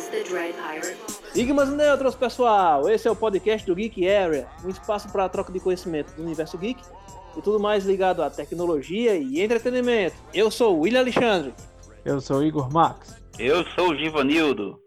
the Dread Pirate. Sigmas Neutros, pessoal! Esse é o podcast do Geek Area, um espaço para a troca de conhecimento do universo geek e tudo mais ligado à tecnologia e entretenimento. Eu sou o William Alexandre. Eu sou o Igor Max. Eu sou o Givanildo.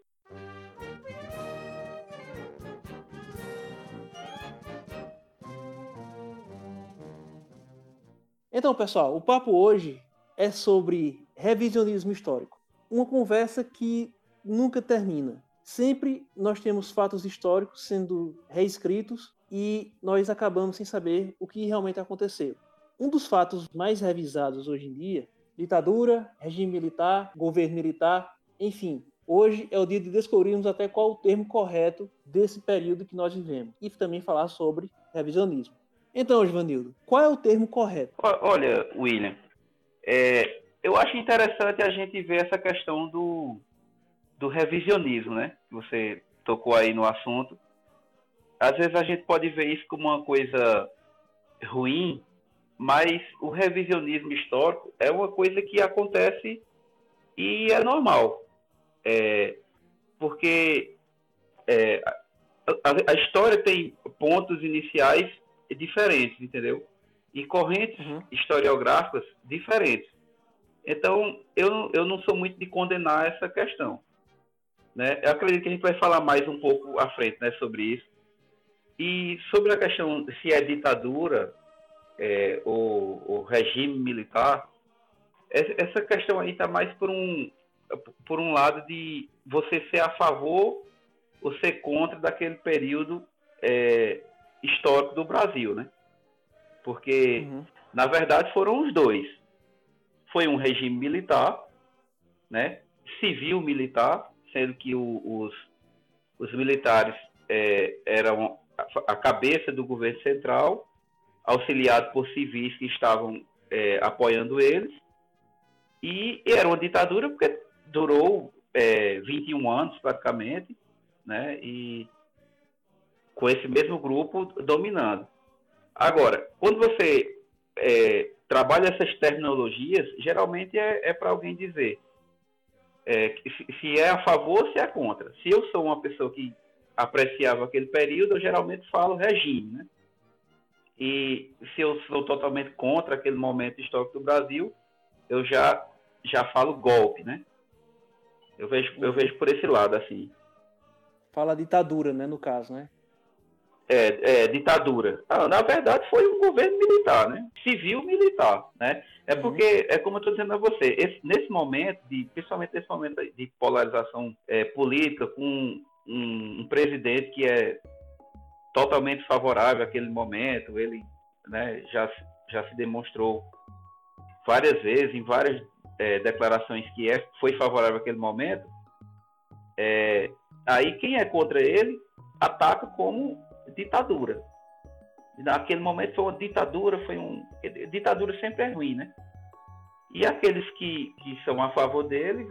Então, pessoal, o papo hoje é sobre revisionismo histórico. Uma conversa que nunca termina. Sempre nós temos fatos históricos sendo reescritos e nós acabamos sem saber o que realmente aconteceu. Um dos fatos mais revisados hoje em dia, ditadura, regime militar, governo militar, enfim, hoje é o dia de descobrirmos até qual o termo correto desse período que nós vivemos e também falar sobre revisionismo. Então, Givanildo, qual é o termo correto? Olha, William, eu acho interessante a gente ver essa questão do revisionismo, né? Você tocou aí no assunto. Às vezes a gente pode ver isso como uma coisa ruim, mas o revisionismo histórico é uma coisa que acontece e é normal. Porque a história tem pontos iniciais diferentes, entendeu? E correntes historiográficas diferentes. Então, eu não sou muito de condenar essa questão, né? Eu acredito que a gente vai falar mais um pouco à frente, né, sobre isso. E sobre a questão se é ditadura ou regime militar, essa questão aí está mais por um lado de você ser a favor ou ser contra daquele período histórico do Brasil, né? Porque, na verdade, foram os dois. Foi um regime militar, né? Civil-militar, sendo que os militares eram a cabeça do governo central, auxiliado por civis que estavam apoiando eles, e era uma ditadura porque durou 21 anos praticamente, né? E com esse mesmo grupo dominando. Agora, quando você trabalha essas terminologias, geralmente é para alguém dizer se é a favor ou se é contra. Se eu sou uma pessoa que apreciava aquele período, eu geralmente falo regime, né? E se eu sou totalmente contra aquele momento histórico do Brasil, eu já falo golpe, né? Eu vejo por esse lado, assim. Fala ditadura, né, no caso, né? Ditadura. Na verdade, foi um governo militar, né? Civil-militar, né? Porque, como eu estou dizendo a você, nesse momento, principalmente nesse momento de polarização política, com um presidente que é totalmente favorável àquele momento, ele, né, já se demonstrou várias vezes, em várias declarações que foi favorável àquele momento, aí quem é contra ele ataca como ditadura. Naquele momento foi uma ditadura, ditadura sempre é ruim, né? E aqueles que são a favor dele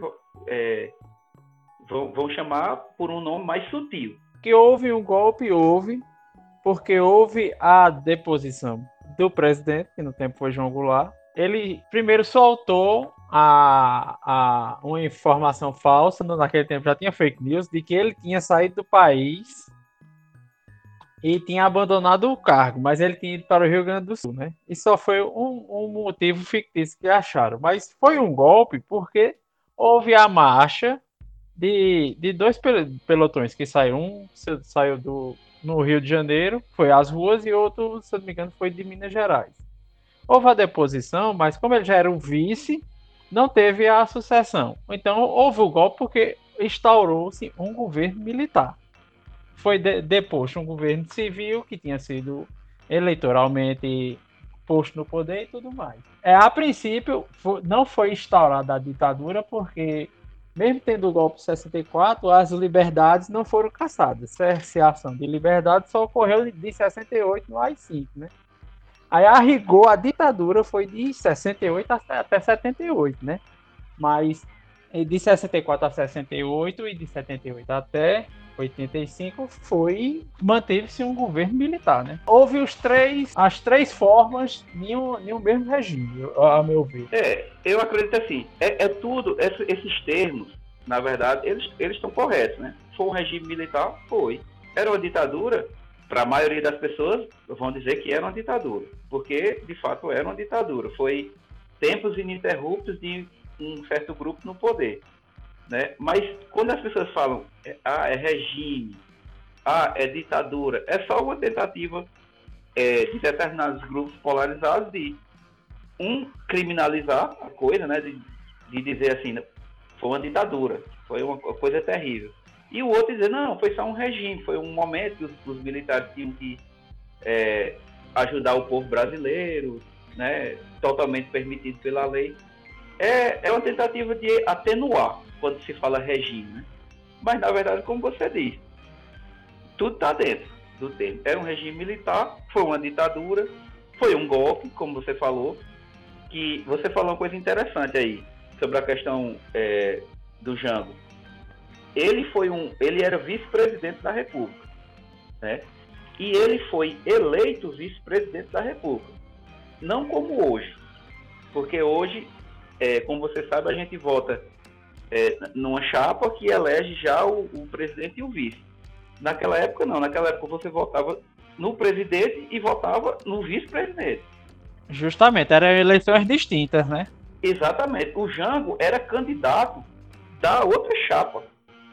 vão chamar por um nome mais sutil. Que houve um golpe, porque houve a deposição do presidente, que no tempo foi João Goulart. Ele primeiro soltou uma informação falsa, naquele tempo já tinha fake news, de que ele tinha saído do país e tinha abandonado o cargo, mas ele tinha ido para o Rio Grande do Sul, né? E só foi um motivo fictício que acharam. Mas foi um golpe porque houve a marcha de dois pelotões que saíram. Um saiu no Rio de Janeiro, foi às ruas, e outro, se não me engano, foi de Minas Gerais. Houve a deposição, mas como ele já era o vice, não teve a sucessão. Então houve o golpe porque instaurou-se um governo militar. Foi deposto um governo civil que tinha sido eleitoralmente posto no poder e tudo mais. A princípio, não foi instaurada a ditadura porque, mesmo tendo o golpe de 64, as liberdades não foram cassadas. Cerceação de liberdade só ocorreu de 68 no AI-5, né? Aí, a rigor, a ditadura foi de 68 até 78, né? Mas de 64 a 68 e de 78 até 85 manteve-se um governo militar, né? Houve as três formas em um mesmo regime, a meu ver. Eu acredito assim, tudo, esses termos, na verdade, eles estão corretos, né? Foi um regime militar? Foi. Era uma ditadura? Para a maioria das pessoas, vão dizer que era uma ditadura, porque, de fato, era uma ditadura. Foi tempos ininterruptos de um certo grupo no poder, né? Mas, quando as pessoas falam, é regime, é ditadura, é só uma tentativa de determinados grupos polarizados de criminalizar a coisa, né? De dizer assim, foi uma ditadura, foi uma coisa terrível. E o outro dizer, não, foi só um regime, foi um momento que os militares tinham que ajudar o povo brasileiro, né, totalmente permitido pela lei. É uma tentativa de atenuar quando se fala regime, né? Mas, na verdade, como você diz, tudo está dentro do termo. Era um regime militar, foi uma ditadura, foi um golpe, como você falou, que você falou uma coisa interessante aí, sobre a questão do Jango. Ele era vice-presidente da República, né? E ele foi eleito vice-presidente da República. Não como hoje, porque hoje, como você sabe, a gente vota numa chapa que elege já o presidente e o vice. Naquela época não, naquela época você votava no presidente e votava no vice-presidente. Justamente, eram eleições distintas, né? Exatamente. O Jango era candidato da outra chapa.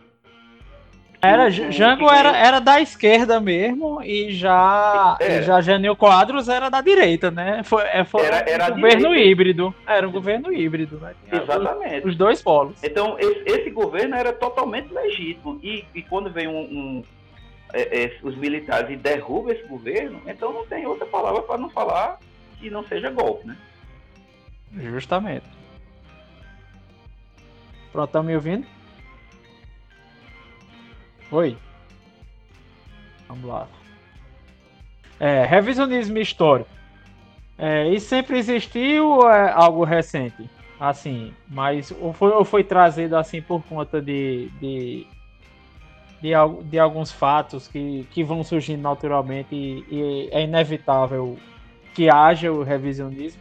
Jango era da esquerda mesmo e já Jânio Quadros era da direita, né? Era um governo híbrido. Era um governo híbrido, né? Exatamente. Os dois polos. Então, esse governo era totalmente legítimo. E quando vem os militares e derrubam esse governo, então não tem outra palavra para não falar que não seja golpe, né? Justamente. Pronto, tá me ouvindo? Oi. Vamos lá. Revisionismo histórico. Isso sempre existiu ou é algo recente? Assim, mas ou foi trazido assim por conta de alguns fatos que vão surgindo naturalmente e é inevitável que haja o revisionismo?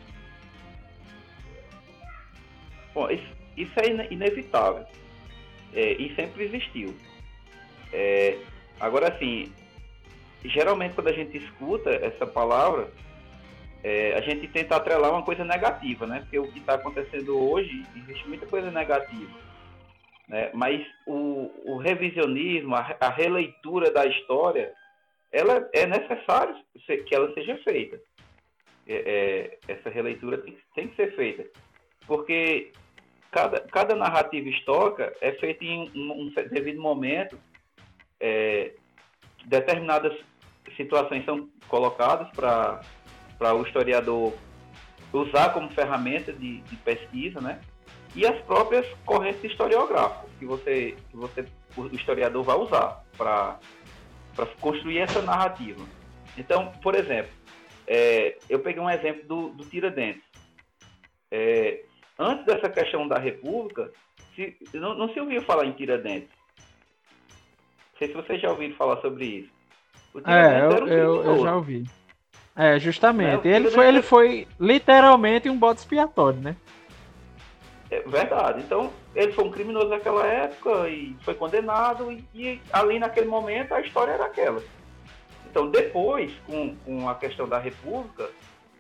Bom, isso é inevitável. E sempre existiu. Agora, assim, geralmente quando a gente escuta essa palavra, a gente tenta atrelar uma coisa negativa, né? Porque o que está acontecendo hoje, existe muita coisa negativa, né? Mas o revisionismo, a releitura da história, ela é necessário que ela seja feita. Essa releitura tem que ser feita, porque cada narrativa histórica é feita em um devido momento. Determinadas situações são colocadas para o historiador usar como ferramenta de pesquisa, né? E as próprias correntes historiográficas que o historiador vai usar para construir essa narrativa. Então, por exemplo, eu peguei um exemplo do Tiradentes. Antes dessa questão da República, não se ouvia falar em Tiradentes. Não sei se vocês já ouviram falar sobre isso. Eu já ouvi. Justamente. Ele foi literalmente um bode expiatório, né? É verdade. Então, ele foi um criminoso naquela época e foi condenado e ali naquele momento a história era aquela. Então, depois, com a questão da República,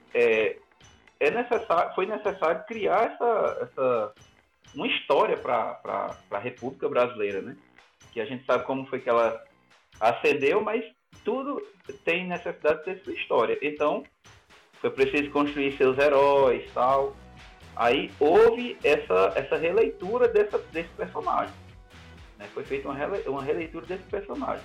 foi necessário criar uma história para a República Brasileira, né? Que a gente sabe como foi que ela ascendeu, mas tudo tem necessidade de ter sua história. Então, foi preciso construir seus heróis, tal. Aí houve essa releitura desse personagem, né? Foi feita uma releitura desse personagem.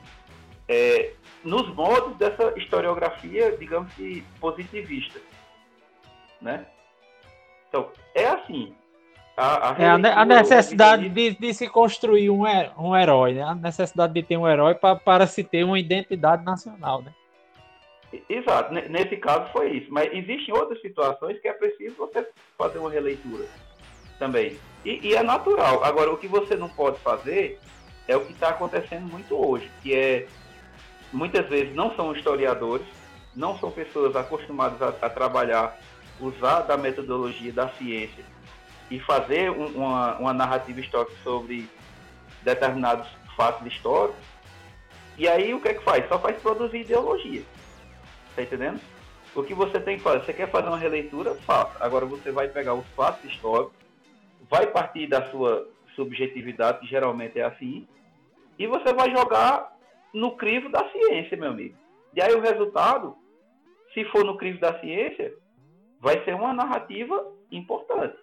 Nos modos dessa historiografia, digamos que positivista, né? Então, é assim. A necessidade de se construir um herói, né? A necessidade de ter um herói para se ter uma identidade nacional, né? Exato, nesse caso foi isso. Mas existem outras situações que é preciso você fazer uma releitura também. E é natural. Agora, o que você não pode fazer é o que está acontecendo muito hoje, que muitas vezes não são historiadores, não são pessoas acostumadas a trabalhar, usar da metodologia da ciência e fazer uma narrativa histórica sobre determinados fatos históricos, e aí o que é que faz? Só faz produzir ideologia. Tá entendendo? O que você tem que fazer? Você quer fazer uma releitura? Faça. Agora você vai pegar os fatos históricos, vai partir da sua subjetividade, que geralmente é assim, e você vai jogar no crivo da ciência, meu amigo. E aí o resultado, se for no crivo da ciência, vai ser uma narrativa importante.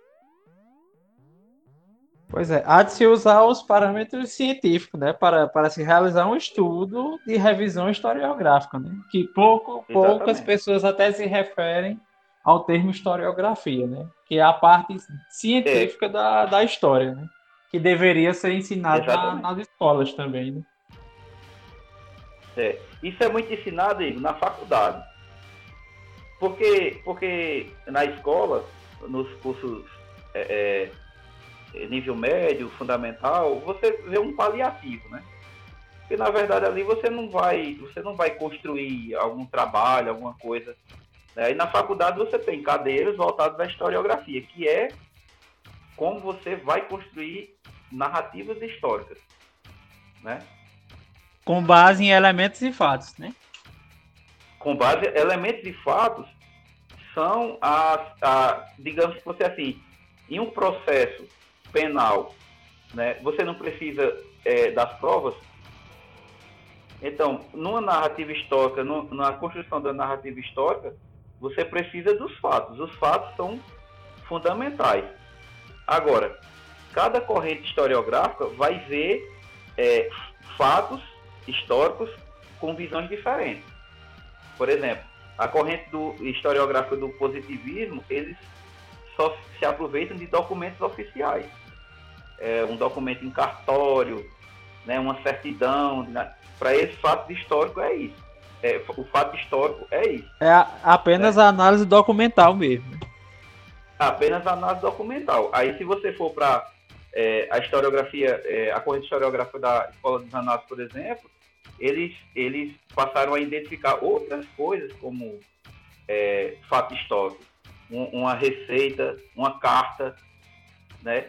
Pois é, há de se usar os parâmetros científicos, né, para se realizar um estudo de revisão historiográfica, né, que poucas pessoas até se referem ao termo historiografia, né, que é a parte científica da história, né, que deveria ser ensinada nas escolas também, né. Isso é muito ensinado, Igor, na faculdade. Porque na escola, nos cursos nível médio, fundamental, você vê um paliativo, né? Porque na verdade ali você não vai construir algum trabalho, alguma coisa. Né? E na faculdade você tem cadeiras voltadas à historiografia, que é como você vai construir narrativas históricas, né? Com base em elementos e fatos, né? Com base em elementos e fatos são digamos que você assim, em um processo penal, né, você não precisa das provas. Então, numa narrativa histórica, na construção da narrativa histórica, você precisa dos fatos. Os fatos são fundamentais. Agora, cada corrente historiográfica vai ver fatos históricos com visões diferentes. Por exemplo, a corrente historiográfica do positivismo, eles só se aproveitam de documentos oficiais. Um documento em cartório, né, uma certidão. Para esse fato histórico é isso. O fato histórico é isso. É apenas a análise documental mesmo. Apenas a análise documental. Aí se você for para a historiografia, a corrente historiográfica da Escola dos Análises, por exemplo, eles passaram a identificar outras coisas como fato histórico. Uma receita, uma carta, né?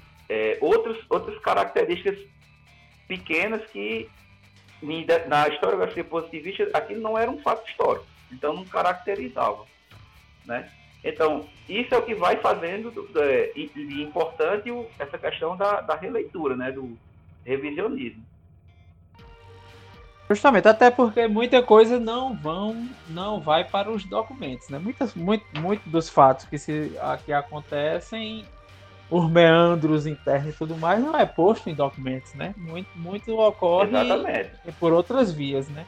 Outras características pequenas que na historiografia positivista aquilo não era um fato histórico, então não caracterizava, né? Então isso é o que vai fazendo de importante essa questão da releitura, né? Do revisionismo. Justamente, até porque muita coisa não vai para os documentos, né? Muito dos fatos que acontecem, os meandros internos e tudo mais, não é posto em documentos, né? Muito ocorre por outras vias, né?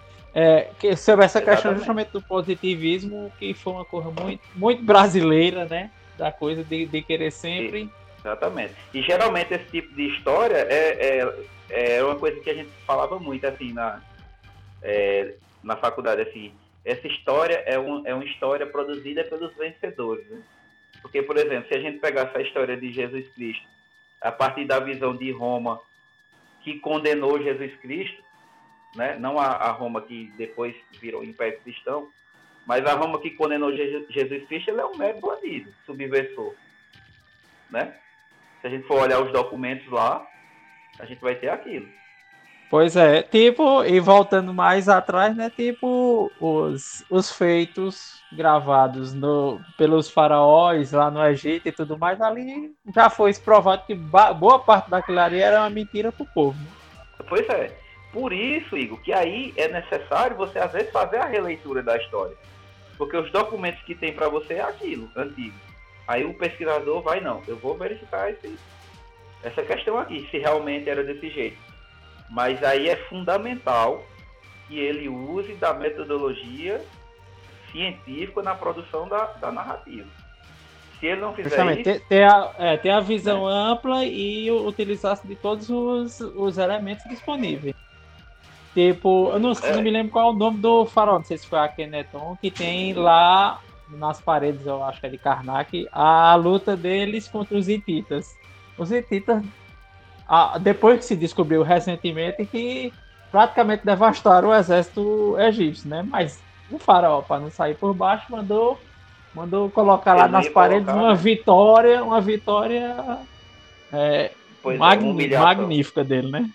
Sobre essa questão justamente do positivismo, que foi uma coisa muito brasileira, né? Da coisa de querer sempre... Exatamente. E geralmente esse tipo de história é uma coisa que a gente falava muito assim na faculdade, assim, essa história é uma história produzida pelos vencedores, né? Porque, por exemplo, se a gente pegar essa história de Jesus Cristo a partir da visão de Roma, que condenou Jesus Cristo, né? Não a Roma que depois virou Império Cristão, mas a Roma que condenou Jesus Cristo, ele é um mero bandido, subversor, né? Se a gente for olhar os documentos lá, a gente vai ter aquilo. Pois é, tipo, e voltando mais atrás, né, tipo, os feitos gravados pelos faraós lá no Egito e tudo mais, ali já foi provado que boa parte daquilo ali era uma mentira pro povo, né? Pois é, por isso, Igor, que aí é necessário você, às vezes, fazer a releitura da história, porque os documentos que tem para você é aquilo, antigo. Aí o pesquisador vai, não, eu vou verificar essa questão aqui, se realmente era desse jeito. Mas aí é fundamental que ele use da metodologia científica na produção da narrativa. Se ele não fizer isso... Ter a visão ampla e utilizar-se de todos os elementos disponíveis. Tipo, eu não me lembro qual é o nome do farol, não sei se foi Akhenaton, que tem lá nas paredes, eu acho que é de Karnak, a luta deles contra os hititas. Os hititas, depois que se descobriu recentemente que praticamente devastaram o exército egípcio, né? Mas o faraó, para não sair por baixo, mandou Mandou colocar lá nas paredes uma vitória magnífica dele, né?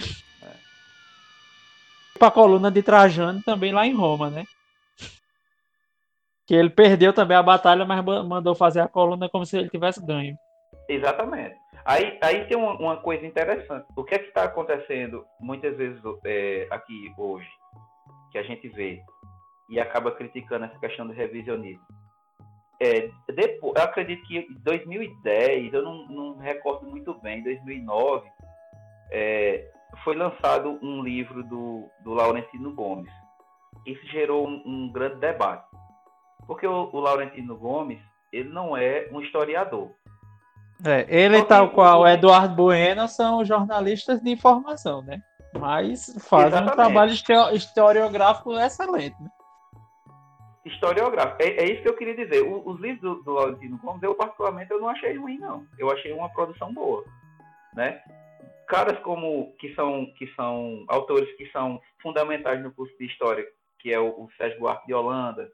Pra coluna de Trajano também lá em Roma, né? Que ele perdeu também a batalha, mas mandou fazer a coluna como se ele tivesse ganho. Exatamente. Aí tem uma coisa interessante. O que é que está acontecendo muitas vezes aqui hoje, que a gente vê e acaba criticando essa questão do revisionismo? Depois, eu acredito que em 2010, eu não me recordo muito bem, 2009, foi lançado um livro do Laurentino Gomes. Isso gerou um grande debate. Porque o Laurentino Gomes, ele não é um historiador. Ele, tal qual o Eduardo Bueno, são jornalistas de informação, né? Mas fazem um trabalho historiográfico excelente, né? Historiográfico. É isso que eu queria dizer. Os livros do Laurentino Gomes, eu particularmente não achei ruim, não. Eu achei uma produção boa, né? Caras que são autores que são fundamentais no curso de História, que é o Sérgio Buarque de Holanda,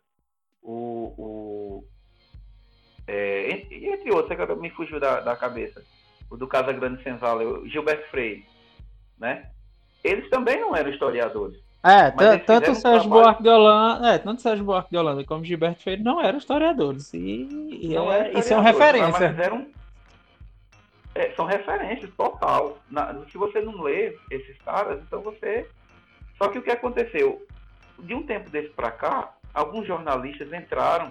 entre outros, agora me fugiu da cabeça, o do Casa Grande Senzala, o Gilberto Freire, né? Eles também não eram historiadores. Tanto o Sérgio Buarque de Holanda como o Gilberto Freire não eram historiadores. E são referência. São referências total. Se você não lê esses caras, então você... Só que o que aconteceu? De um tempo desse para cá, alguns jornalistas entraram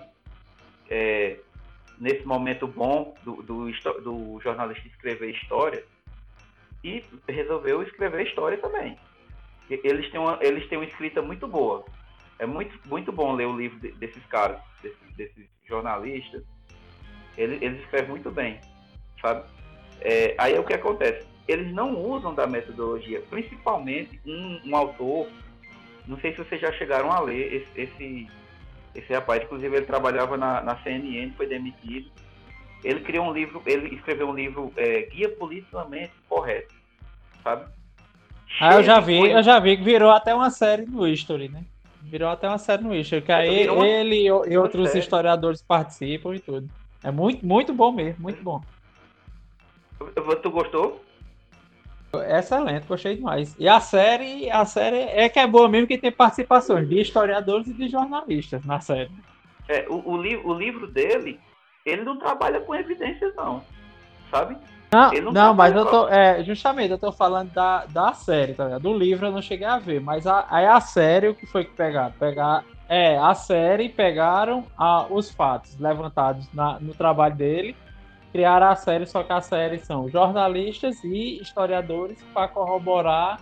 nesse momento bom do jornalista escrever história e resolveu escrever história também. Eles têm uma escrita muito boa. É muito, muito bom ler o livro desses caras, desses jornalistas. Eles escrevem muito bem, sabe? Aí o que acontece? Eles não usam da metodologia, principalmente um autor, não sei se vocês já chegaram a ler esse rapaz, inclusive ele trabalhava na CNN, foi demitido. Ele escreveu um livro, Guia Politicamente Correto, sabe? Eu já vi que virou até uma série no History, né? Virou até uma série no History, que aí ele e outros historiadores participam e tudo. É muito, muito bom mesmo, muito bom. Tu gostou? Excelente, gostei demais. E a série é que é boa mesmo, que tem participações de historiadores e de jornalistas na série. O livro dele, ele não trabalha com evidências não, sabe? Não, mas eu tô falando da série, tá ligado? Do livro eu não cheguei a ver, mas a série, o que foi que pegaram? A série pegaram os fatos levantados no trabalho dele, criaram a série, só que a série são jornalistas e historiadores para corroborar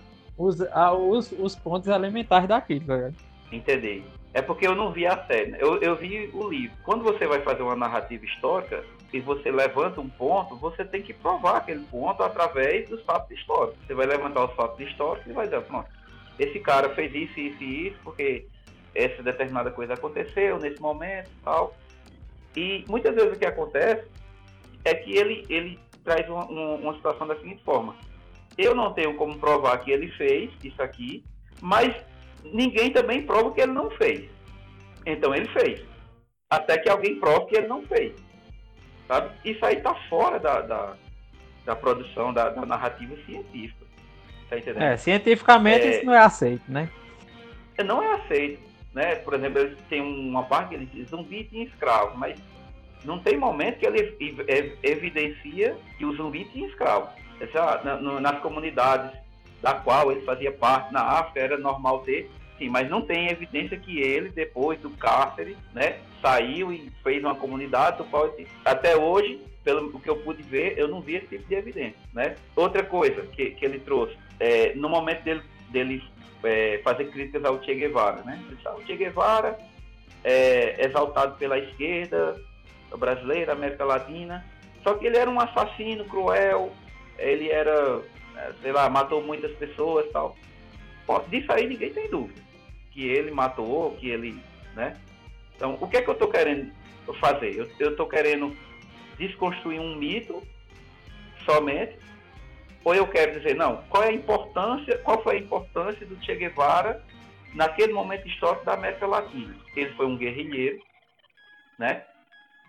os pontos elementares daquilo, tá ligado? Entendi. É porque eu não vi a série, eu vi o livro. Quando você vai fazer uma narrativa histórica e você levanta um ponto, você tem que provar aquele ponto através dos fatos históricos. Você vai levantar os fatos históricos e vai dizer, pronto, esse cara fez isso, isso e isso, porque essa determinada coisa aconteceu nesse momento e tal. E muitas vezes o que acontece é que ele traz uma situação da seguinte forma: eu não tenho como provar que ele fez isso aqui, mas ninguém também prova que ele não fez. Então ele fez. Até que alguém prove que ele não fez. Sabe? Isso aí está fora da produção da narrativa científica. Tá entendendo? Cientificamente isso não é aceito, né? Não é aceito. Né? Por exemplo, eles têm uma parte que eles dizem zumbi tinha escravo, mas não tem momento que ele evidencia que o zumbi tinha escravo. Nas comunidades da qual ele fazia parte, na África, era normal ter, sim, mas não tem evidência que ele, depois do cárcere, né, saiu e fez uma comunidade do qual, até hoje, pelo que eu pude ver, eu não vi esse tipo de evidência, né? Outra coisa que ele trouxe, no momento dele fazer críticas ao Che Guevara, né? O Che Guevara, exaltado pela esquerda brasileira, América Latina, só que ele era um assassino cruel, ele era, sei lá, matou muitas pessoas e tal. Disso aí ninguém tem dúvida, que ele matou, que ele, né? Então, o que é que eu estou querendo fazer? Eu estou querendo desconstruir um mito somente, ou eu quero dizer, não, qual foi a importância do Che Guevara naquele momento histórico da América Latina? Ele foi um guerrilheiro, né?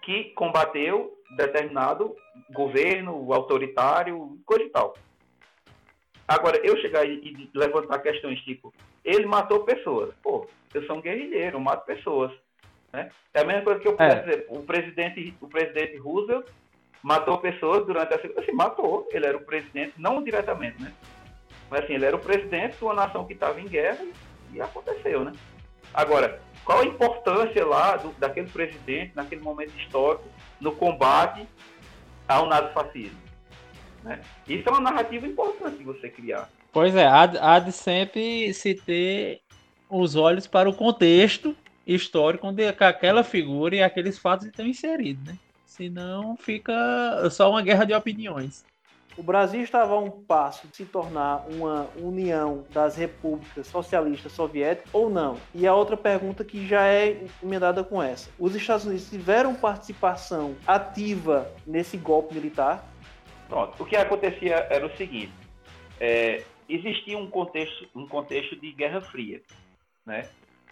que combateu determinado governo autoritário, coisa e tal. Agora, eu chegar e levantar questões tipo, ele matou pessoas. Pô, eu sou um guerrilheiro, eu mato pessoas. Né? É a mesma coisa que eu pudesse dizer. O presidente Roosevelt matou pessoas durante a Segunda... Assim, matou. Ele era o presidente, não diretamente, né? Mas assim, ele era o presidente de uma nação que estava em guerra e aconteceu, né? Agora, qual a importância lá daquele presidente, naquele momento histórico, no combate ao nazifascismo? Né? Isso é uma narrativa importante de você criar. Pois é, há de sempre se ter os olhos para o contexto histórico onde aquela figura e aqueles fatos estão inseridos, né? Senão fica só uma guerra de opiniões. O Brasil estava a um passo de se tornar uma união das repúblicas socialistas soviéticas ou não? E a outra pergunta que já é emendada com essa. Os Estados Unidos tiveram participação ativa nesse golpe militar? Pronto. O que acontecia era o seguinte. Existia um contexto de Guerra Fria. Né?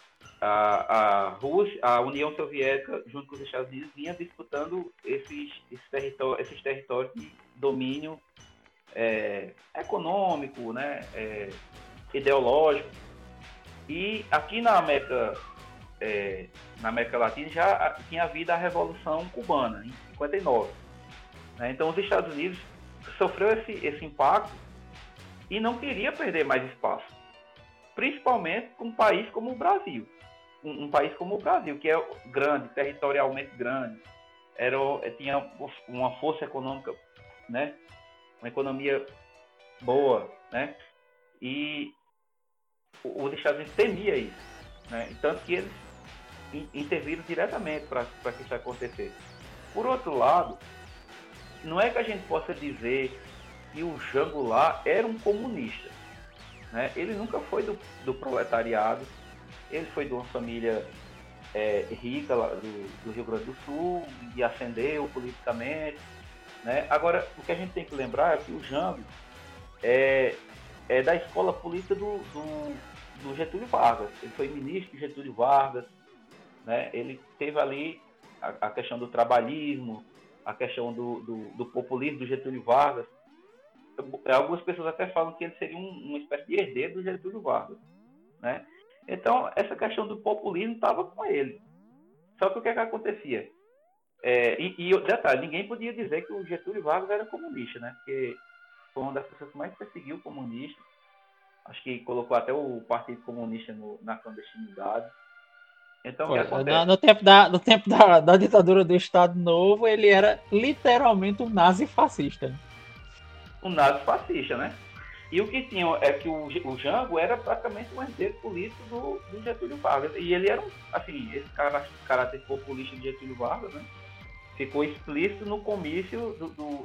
A União Soviética, junto com os Estados Unidos, vinha disputando esses territórios de domínio econômico, né? Ideológico. E aqui na América Latina já tinha havido a Revolução Cubana, em 59. Né? Então os Estados Unidos sofreu esse impacto e não queria perder mais espaço. Principalmente com um país como o Brasil. Um país como o Brasil, que é grande, territorialmente grande, tinha uma força econômica, né? Uma economia boa, né? E os Estados Unidos temia isso, né? Tanto que eles interviram diretamente para que isso acontecesse. Por outro lado, não é que a gente possa dizer que o Jango lá era um comunista. Né? Ele nunca foi do proletariado, ele foi de uma família rica lá do Rio Grande do Sul e ascendeu politicamente. Né? Agora, o que a gente tem que lembrar é que o Jango é da escola política do Getúlio Vargas. Ele foi ministro de Getúlio Vargas. Né? Ele teve ali a questão do trabalhismo, a questão do populismo do Getúlio Vargas. Algumas pessoas até falam que ele seria uma espécie de herdeiro do Getúlio Vargas. Né? Então, essa questão do populismo estava com ele. Só que o que acontecia? Detalhe, ninguém podia dizer que o Getúlio Vargas era comunista, né? Porque foi uma das pessoas que mais perseguiu o comunista. Acho que colocou até o Partido Comunista na clandestinidade. Então, o que acontece? No tempo da ditadura do Estado Novo, ele era literalmente um nazi-fascista. Um nazi-fascista, né? E o que tinha é que o Jango era praticamente um herdeiro político do Getúlio Vargas. E ele era, esse caráter populista de Getúlio Vargas, né? Ficou explícito no comício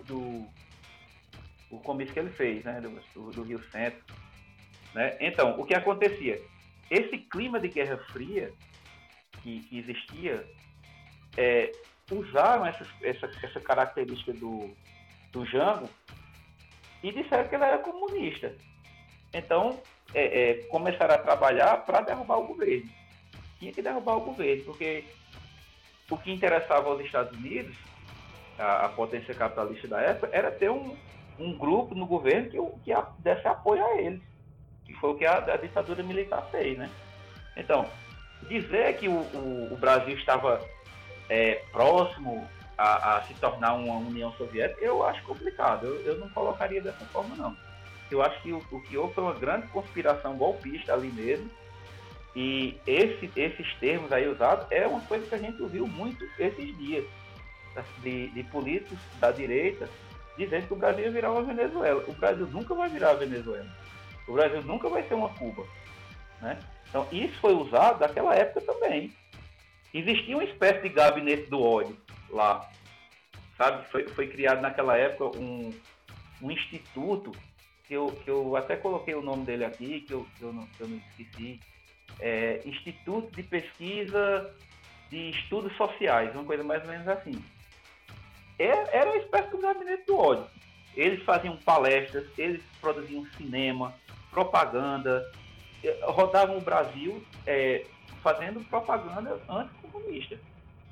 o comício que ele fez, né? Do Rio Centro. Né? Então, o que acontecia? Esse clima de Guerra Fria que existia, usaram essa característica do Jango e disseram que ele era comunista. Então, começaram a trabalhar para derrubar o governo. Tinha que derrubar o governo, porque o que interessava aos Estados Unidos, a potência capitalista da época, era ter um grupo no governo que desse apoio a eles. Que foi o que a ditadura militar fez, né? Então, dizer que o Brasil estava próximo a se tornar uma União Soviética, eu acho complicado. Eu não colocaria dessa forma, não. Eu acho que o que houve foi uma grande conspiração golpista ali mesmo. E esses termos aí usados é uma coisa que a gente ouviu muito esses dias. De políticos da direita dizendo que o Brasil ia virar uma Venezuela. O Brasil nunca vai virar a Venezuela. O Brasil nunca vai ser uma Cuba. Né? Então, isso foi usado naquela época também. Existia uma espécie de gabinete do ódio lá. Sabe? Foi criado naquela época um instituto, que eu até coloquei o nome dele aqui, que eu não esqueci. Instituto de Pesquisa de Estudos Sociais, uma coisa mais ou menos assim. Era uma espécie de gabinete do ódio. Eles faziam palestras, eles produziam cinema, propaganda, rodavam o Brasil fazendo propaganda anticomunista.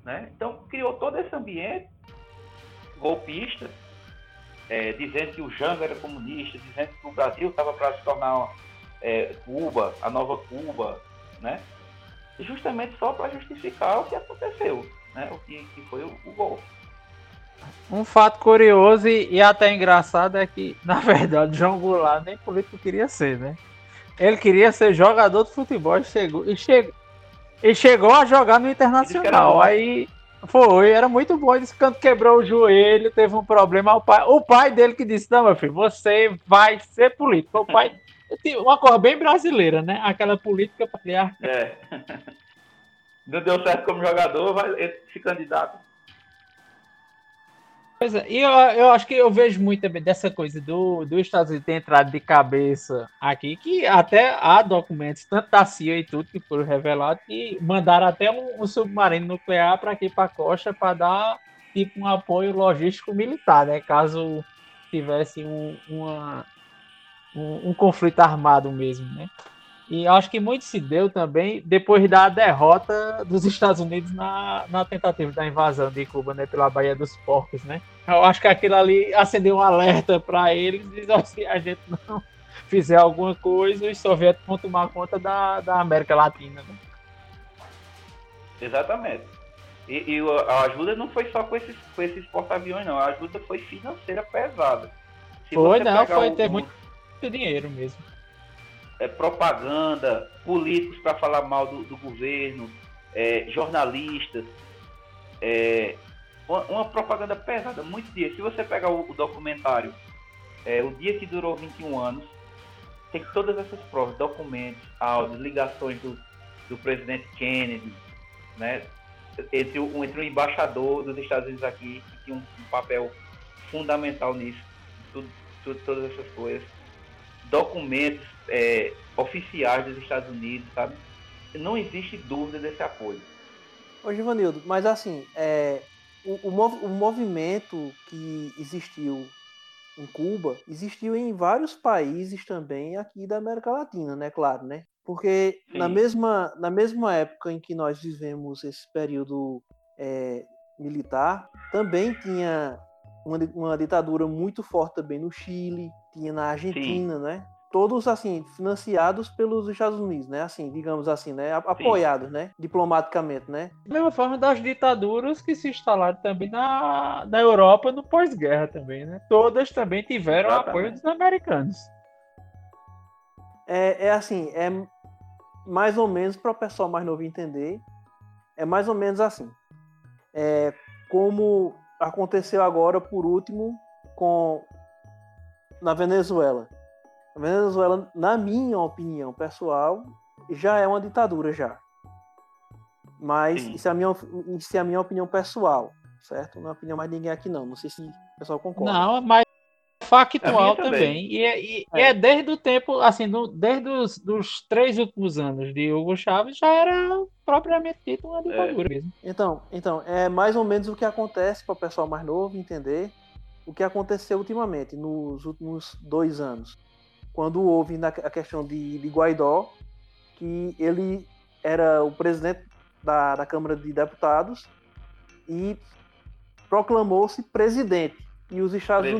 né? Então criou todo esse ambiente golpista, dizendo que o Jango era comunista, dizendo que o Brasil estava para se tornar Cuba, a nova Cuba, né? Justamente só para justificar o que aconteceu, né? O que foi o golpe. Um fato curioso e até engraçado é que, na verdade, João Goulart nem político queria ser, né? Ele queria ser jogador de futebol e chegou a jogar no Internacional. Aí era muito bom. Ele disse que quando quebrou o joelho, teve um problema. O pai dele que disse: não, meu filho, você vai ser político. O pai, uma coisa bem brasileira, né? Aquela política patriarcal. Não deu certo como jogador, vai se candidato. Pois é, e eu acho que eu vejo muito também dessa coisa do Estados Unidos ter entrado de cabeça aqui, que até há documentos, tanto da CIA e tudo, que foram revelados, que mandaram até um submarino nuclear para aqui para a costa para dar tipo um apoio logístico militar, né? Caso tivesse um conflito armado mesmo, né? E acho que muito se deu também depois da derrota dos Estados Unidos na tentativa da invasão de Cuba, né, pela Baía dos Porcos, né? Eu acho que aquilo ali acendeu um alerta para eles e se a gente não fizer alguma coisa, os soviéticos vão tomar conta da América Latina, né? Exatamente. E a ajuda não foi só com esses porta-aviões, não. A ajuda foi financeira pesada. Foi ter muito dinheiro mesmo. Propaganda, políticos para falar mal do governo, jornalistas, uma propaganda pesada, muitos dias. Se você pegar o documentário, o dia que durou 21 anos, tem todas essas provas, documentos, áudios, ligações do presidente Kennedy, né? Entre o embaixador dos Estados Unidos aqui, que tinha um papel fundamental nisso, todas essas coisas. Documentos oficiais dos Estados Unidos, sabe? Não existe dúvida desse apoio. Ô, Givanildo, mas assim, o movimento que existiu em Cuba, existiu em vários países também aqui da América Latina, né? Claro, né? Porque na mesma época em que nós vivemos esse período militar, também tinha uma ditadura muito forte também no Chile, tinha na Argentina, sim, né? Todos, assim, financiados pelos Estados Unidos, né? Assim, digamos assim, né? Apoiados, né? Diplomaticamente, né? Da mesma forma das ditaduras que se instalaram também na Europa no pós-guerra também, né? Todas também tiveram apoio dos americanos. Assim, mais ou menos, para o pessoal mais novo entender, é mais ou menos assim. Como aconteceu agora, por último, na Venezuela. A Venezuela, na minha opinião pessoal, já é uma ditadura já. Mas isso é a minha opinião pessoal, certo? Não é a opinião mais de ninguém aqui não. Não sei se o pessoal concorda. Não, mas factual também. E é desde o tempo, assim, desde os 3 últimos anos de Hugo Chávez, já era propriamente dito uma ditadura mesmo. Então, é mais ou menos o que acontece, para o pessoal mais novo entender, o que aconteceu ultimamente, nos últimos 2 anos. Quando houve a questão de Guaidó, que ele era o presidente da Câmara de Deputados e proclamou-se presidente. E os Estados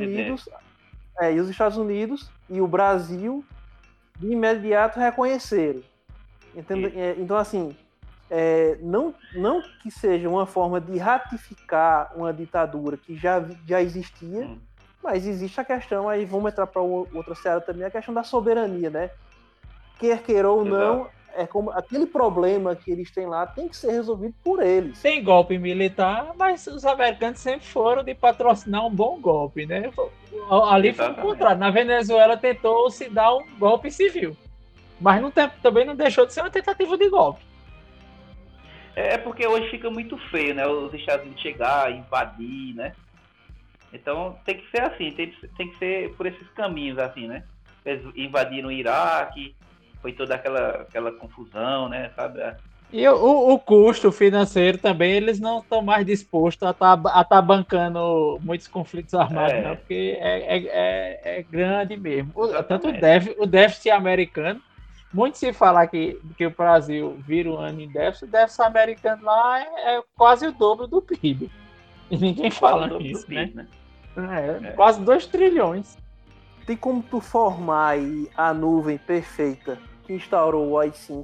Unidos e o Brasil de imediato reconheceram. Então, assim, não que seja uma forma de ratificar uma ditadura que já existia, mas existe a questão, aí vamos entrar para outra seara também, a questão da soberania, né? Quer queira ou não, como aquele problema que eles têm lá tem que ser resolvido por eles. Tem golpe militar, mas os americanos sempre foram de patrocinar um bom golpe, né? Ali foi o contrário. Na Venezuela tentou-se dar um golpe civil, mas também não deixou de ser uma tentativa de golpe. Porque hoje fica muito feio, né? Os Estados Unidos chegar, invadir, né? Então tem que ser assim, tem que ser por esses caminhos, assim, né? Eles invadiram o Iraque, foi toda aquela confusão, né? Sabe? E o custo financeiro também, eles não estão mais dispostos a tá bancando muitos conflitos armados, não, porque é grande mesmo. Tanto o déficit americano muito se falar que o Brasil vira um ano em déficit, o déficit americano lá é quase o dobro do PIB. E ninguém fala isso, PIB, né? Quase 2 trilhões. Tem como tu formar aí a nuvem perfeita que instaurou o AI-5?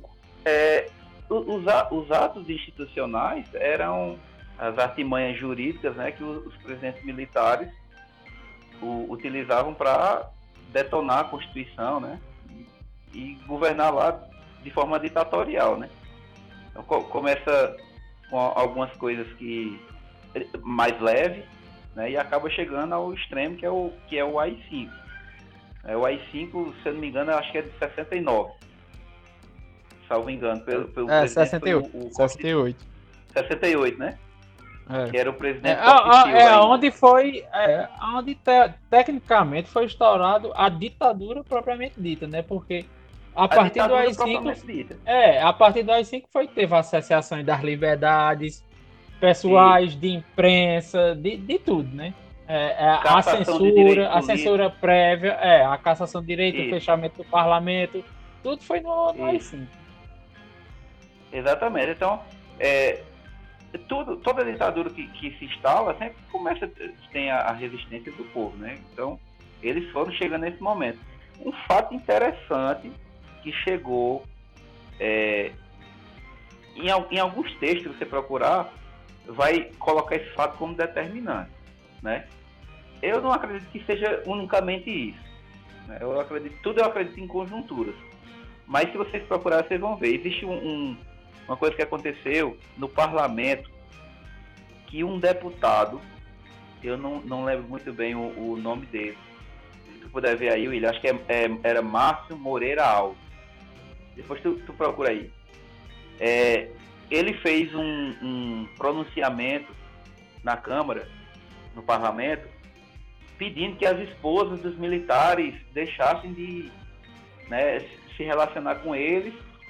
Os atos institucionais eram as artimanhas jurídicas, né, que os presidentes militares utilizavam para detonar a Constituição, né, e governar lá de forma ditatorial, né. Então, começa com algumas coisas mais leves, né, e acaba chegando ao extremo que é o AI-5. O AI-5, se eu não me engano, acho que é de 69. Salvo engano, pelo presidente. 68. 68, né? Que era o presidente. Onde tecnicamente foi instaurado a ditadura propriamente dita, né? Porque a partir do AI-5. A partir do AI-5 teve as cessações das liberdades pessoais, de imprensa, de tudo, né? A censura prévia, a cassação de direito, o fechamento do parlamento, tudo foi no AI-5. Exatamente. Então, toda ditadura que se instala sempre tem a resistência do povo, né? Então, eles foram chegando nesse momento. Um fato interessante que chegou em alguns textos, se você procurar, vai colocar esse fato como determinante, né? Eu não acredito que seja unicamente isso, né? Eu acredito em conjunturas. Mas se vocês procurarem, vocês vão ver. Existe uma coisa que aconteceu no parlamento, que um deputado, eu não lembro muito bem o nome dele, se tu puder ver aí, William, acho que era Márcio Moreira Alves. Depois tu procura aí. Ele fez um pronunciamento na Câmara, no parlamento, pedindo que as esposas dos militares deixassem de, né, se relacionar com eles,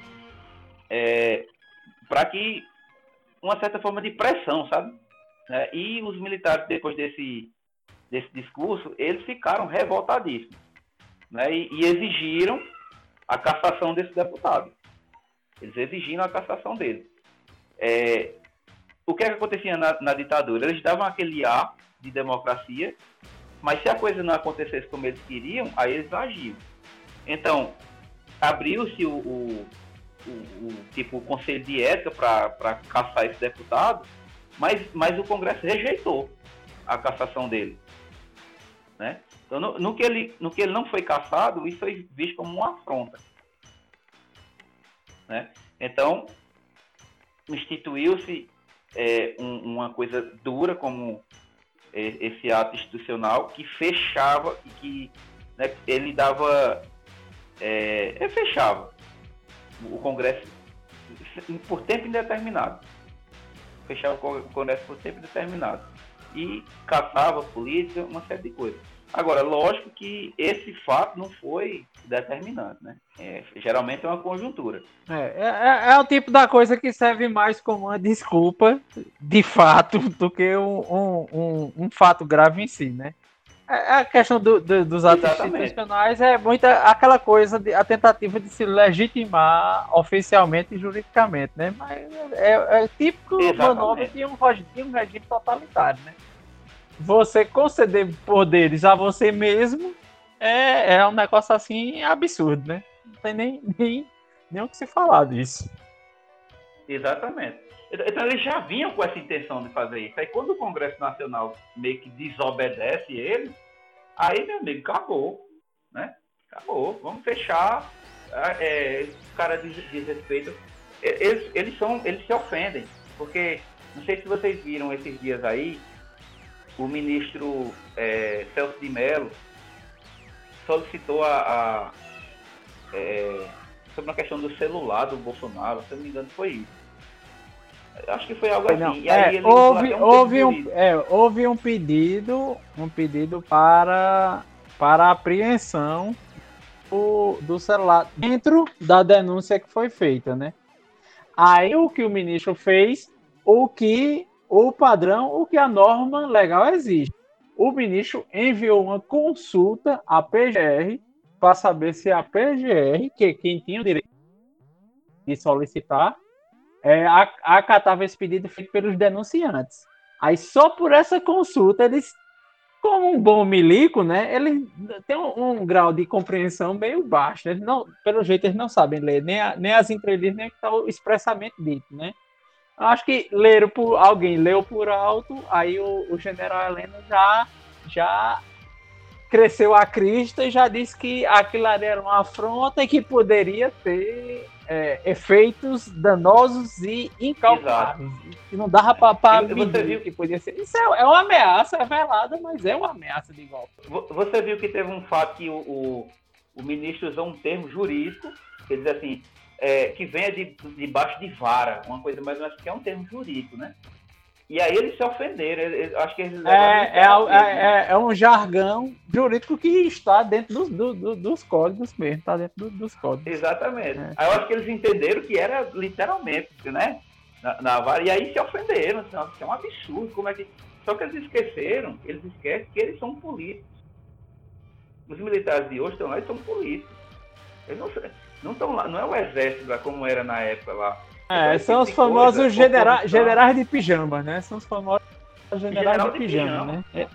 para que uma certa forma de pressão, sabe? E os militares, depois desse discurso, eles ficaram revoltadíssimos, né? E exigiram a cassação desse deputado. Eles exigiram a cassação dele. O que acontecia na ditadura? Eles davam aquele ar de democracia, mas se a coisa não acontecesse como eles queriam, aí eles agiam. Então, abriu-se o Conselho de Ética para caçar esse deputado, mas o Congresso rejeitou a cassação dele, né? Então, no que ele não foi cassado, isso foi visto como uma afronta, né? Então, instituiu-se uma coisa dura como esse ato institucional que fechava e que, né, ele dava fechava o Congresso por tempo indeterminado. Fechava o Congresso por tempo indeterminado. E caçava a polícia, uma série de coisas. Agora, lógico que esse fato não foi determinante, né? Geralmente é uma conjuntura. É o tipo da coisa que serve mais como uma desculpa de fato do que um fato grave em si, né? A questão dos atos institucionais é muito aquela coisa, a tentativa de se legitimar oficialmente e juridicamente, né? Mas é típico manobra de um regime totalitário, né? Você conceder poderes a você mesmo é um negócio assim absurdo, né? Não tem nem o que se falar disso. Exatamente. Então eles já vinham com essa intenção de fazer isso. Aí quando o Congresso Nacional meio que desobedece ele, aí, meu amigo, acabou, né? Acabou, vamos fechar. Os caras desrespeitam. Eles se ofendem, porque não sei se vocês viram esses dias aí, o ministro Celso de Mello solicitou sobre a questão do celular do Bolsonaro, se eu não me engano foi isso. Acho que foi algo assim. E aí houve um pedido para a apreensão do celular dentro da denúncia que foi feita, né? Aí o que o ministro fez, o que a norma legal existe. O ministro enviou uma consulta à PGR para saber se a PGR, que quem tinha o direito de solicitar, acatava esse pedido feito pelos denunciantes. Aí só por essa consulta, eles, como um bom milico, né, ele tem um grau de compreensão meio baixo. Eles não, pelo jeito, eles não sabem ler nem as entrelinhas, nem o que está expressamente dito, né? Acho que alguém leu por alto, aí o general Heleno já cresceu a crista e já disse que aquilo ali era uma afronta e que poderia ter efeitos danosos e incalculáveis. Que não dava para medir que podia ser. Isso é uma ameaça velada, mas é uma ameaça de golpe. Você viu que teve um fato que o ministro usou um termo jurídico, que diz assim, que venha debaixo de vara, uma coisa mais ou menos, que é um termo jurídico, né? E aí eles se ofenderam, acho que eles é um jargão jurídico que está dentro dos códigos mesmo, está dentro dos códigos. Exatamente. Aí eu acho que eles entenderam que era literalmente, né? Na vara, e aí se ofenderam, assim, isso é um absurdo, como é que... Só que eles esquecem que eles são políticos. Os militares de hoje estão lá e são políticos. Eles não estão lá, não é o exército lá como era na época lá. São os famosos generais de pijama, né? São os famosos generais de pijama, né?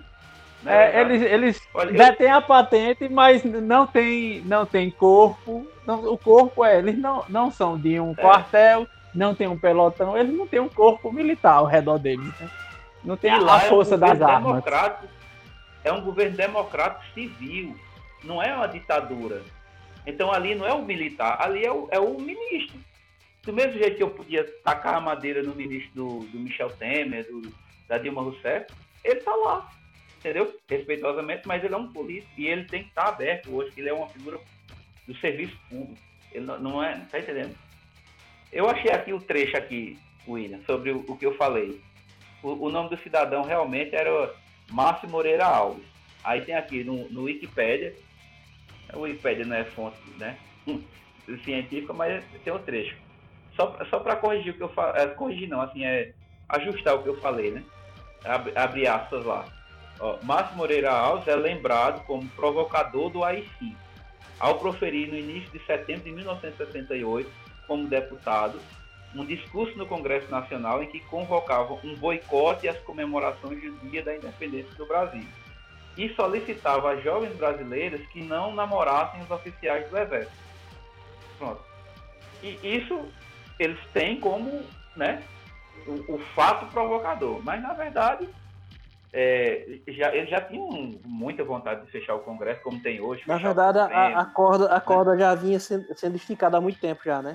Eles detêm a patente, mas não tem corpo. O corpo eles não são de um quartel, não tem um pelotão, eles não têm um corpo militar ao redor deles, né? Não tem a força das armas. É um governo democrático civil, não é uma ditadura. Então ali não é o militar, ali é o ministro. Do mesmo jeito que eu podia tacar a madeira no ministro do Michel Temer, da Dilma Rousseff, ele está lá, entendeu? Respeitosamente, mas ele é um político e ele tem que estar aberto hoje, que ele é uma figura do serviço público. Ele não é, tá entendendo? Eu achei aqui o trecho aqui, William, sobre o que eu falei. O nome do cidadão realmente era Márcio Moreira Alves. Aí tem aqui no Wikipédia, o Wikipédia não é fonte, né, científica, mas tem um trecho. Só para corrigir o que eu falei, corrigir não, assim, ajustar o que eu falei, né? Abre aspas lá. Márcio Moreira Alves é lembrado como provocador do AI-5, ao proferir no início de setembro de 1978, como deputado, um discurso no Congresso Nacional em que convocava um boicote às comemorações do Dia da Independência do Brasil e solicitava às jovens brasileiras que não namorassem os oficiais do Exército. Pronto. E isso eles têm como, né, o fato provocador, mas na verdade eles já tinham muita vontade de fechar o Congresso, como tem hoje. Na verdade, a corda já vinha sendo esticada há muito tempo já, né?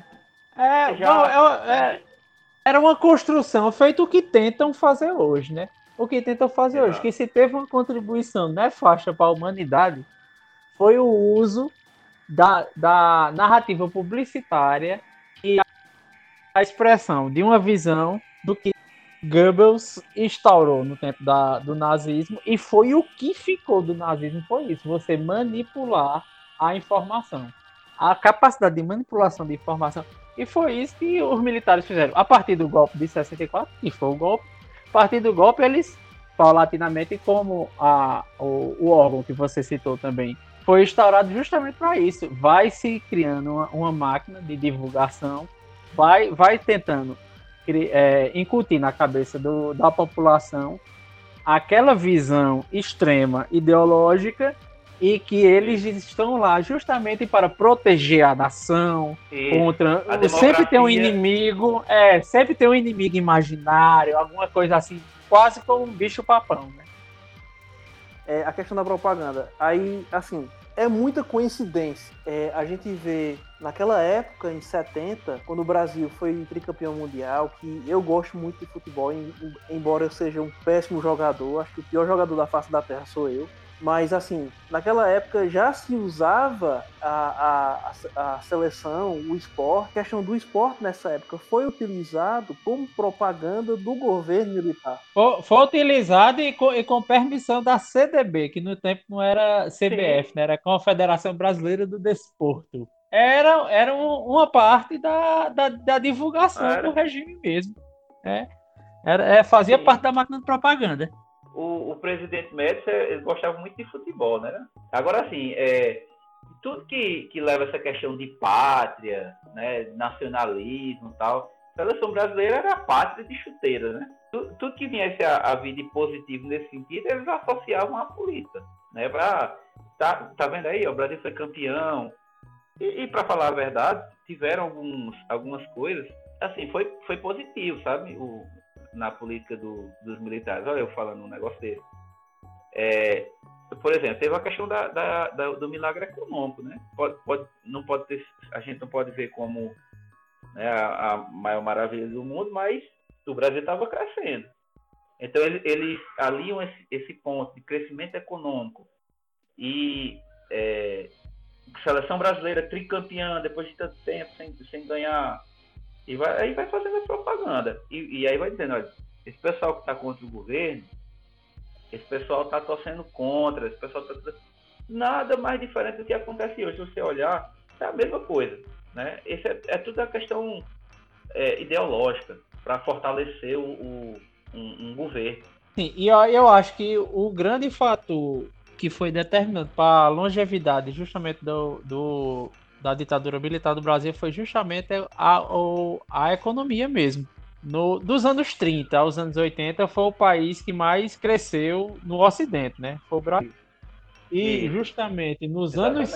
Era uma construção feita o que tentam fazer hoje, né? O que tentam fazer hoje, que se teve uma contribuição nefasta para a humanidade, foi o uso da narrativa publicitária e a expressão de uma visão do que Goebbels instaurou no tempo do nazismo, e foi o que ficou do nazismo, foi isso, você manipular a informação, a capacidade de manipulação de informação, e foi isso que os militares fizeram, a partir do golpe de 64, que foi o golpe, a partir do golpe eles, paulatinamente, como o órgão que você citou também, foi instaurado justamente para isso, vai se criando uma máquina de divulgação, vai tentando incutir na cabeça da população aquela visão extrema ideológica e que eles estão lá justamente para proteger a nação contra... Sempre tem um inimigo, sempre tem um inimigo imaginário, alguma coisa assim, quase como um bicho-papão, né? A questão da propaganda. Aí, assim, é muita coincidência. A gente vê naquela época, em 70, quando o Brasil foi tricampeão mundial, que eu gosto muito de futebol, embora eu seja um péssimo jogador, acho que o pior jogador da face da terra sou eu. Mas, assim, naquela época já se usava a seleção, o esporte. A questão do esporte nessa época foi utilizado como propaganda do governo militar. Foi utilizado e com permissão da CDB, que no tempo não era CBF, né? Era Confederação Brasileira do Desporto. Era uma parte da divulgação do regime mesmo. Fazia parte da máquina de propaganda. O presidente Médici, ele gostava muito de futebol, né? Agora, assim, tudo que leva essa questão de pátria, né, nacionalismo e tal, a seleção brasileira era a pátria de chuteira, né? Tudo que viesse a vir de positivo nesse sentido, eles associavam à política, né? Tá vendo aí? O Brasil foi campeão. E para falar a verdade, tiveram algumas coisas, assim, foi positivo, sabe? Na política dos militares. Olha eu falando um negócio desse. Por exemplo, teve a questão do milagre econômico, né? A gente não pode ver como, né, a maior maravilha do mundo, mas o Brasil estava crescendo. Então eles aliam esse ponto de crescimento econômico e seleção brasileira tricampeã depois de tanto tempo sem ganhar, e aí vai fazendo a propaganda e aí vai dizendo, olha, esse pessoal que está contra o governo, esse pessoal está torcendo contra, esse pessoal está nada mais diferente do que acontece hoje. Se você olhar, é a mesma coisa, né? Esse é tudo a questão ideológica para fortalecer um governo. Sim, e eu acho que o grande fator que foi determinante para a longevidade justamente da ditadura militar do Brasil foi justamente a economia mesmo. Dos anos 30 aos anos 80 foi o país que mais cresceu no Ocidente, né? Foi o Brasil. E justamente nos anos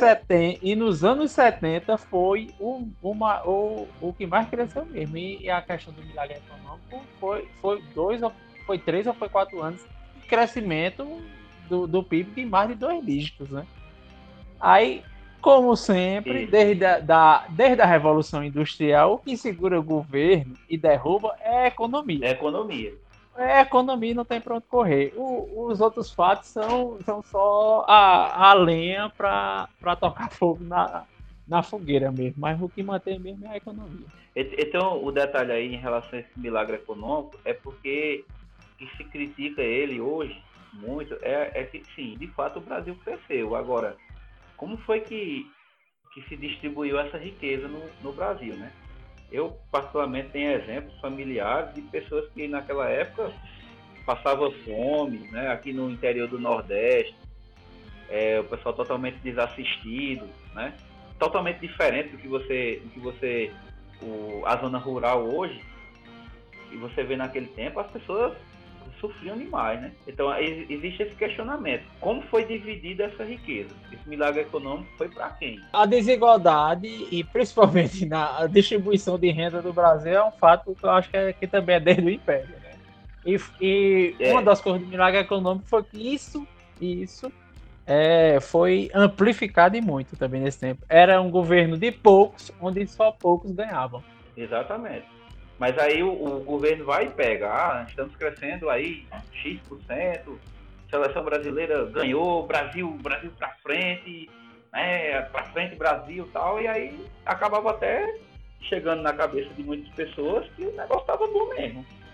70 foi o que mais cresceu mesmo. E a questão do milagre econômico foi 3 ou foi 4 anos de crescimento do PIB de mais de 2 dígitos, né? Aí, como sempre, desde a Revolução Industrial, o que segura o governo e derruba é a economia. A economia não tem para onde correr. Os outros fatos são só a lenha para tocar fogo na fogueira mesmo. Mas o que mantém mesmo é a economia. Então, o detalhe aí em relação a esse milagre econômico é porque que se critica ele hoje muito é que, sim, de fato o Brasil cresceu. Agora, como foi que se distribuiu essa riqueza no Brasil, né? Eu, particularmente, tenho exemplos familiares de pessoas que, naquela época, passavam fome, né? Aqui no interior do Nordeste, o pessoal totalmente desassistido, né? Totalmente diferente do que a zona rural hoje, e você vê naquele tempo, as pessoas sofriam demais, né? Então, existe esse questionamento. Como foi dividida essa riqueza? Esse milagre econômico foi para quem? A desigualdade, e principalmente na distribuição de renda do Brasil, é um fato que eu acho que também é desde o Império, né? E uma das coisas do milagre econômico foi que isso foi amplificado e muito também nesse tempo. Era um governo de poucos, onde só poucos ganhavam. Exatamente. Mas aí o governo vai e pega, estamos crescendo aí X%, seleção brasileira ganhou, Brasil para frente, né, para frente Brasil e tal, e aí acabava até chegando na cabeça de muitas pessoas que o negócio estava bom mesmo.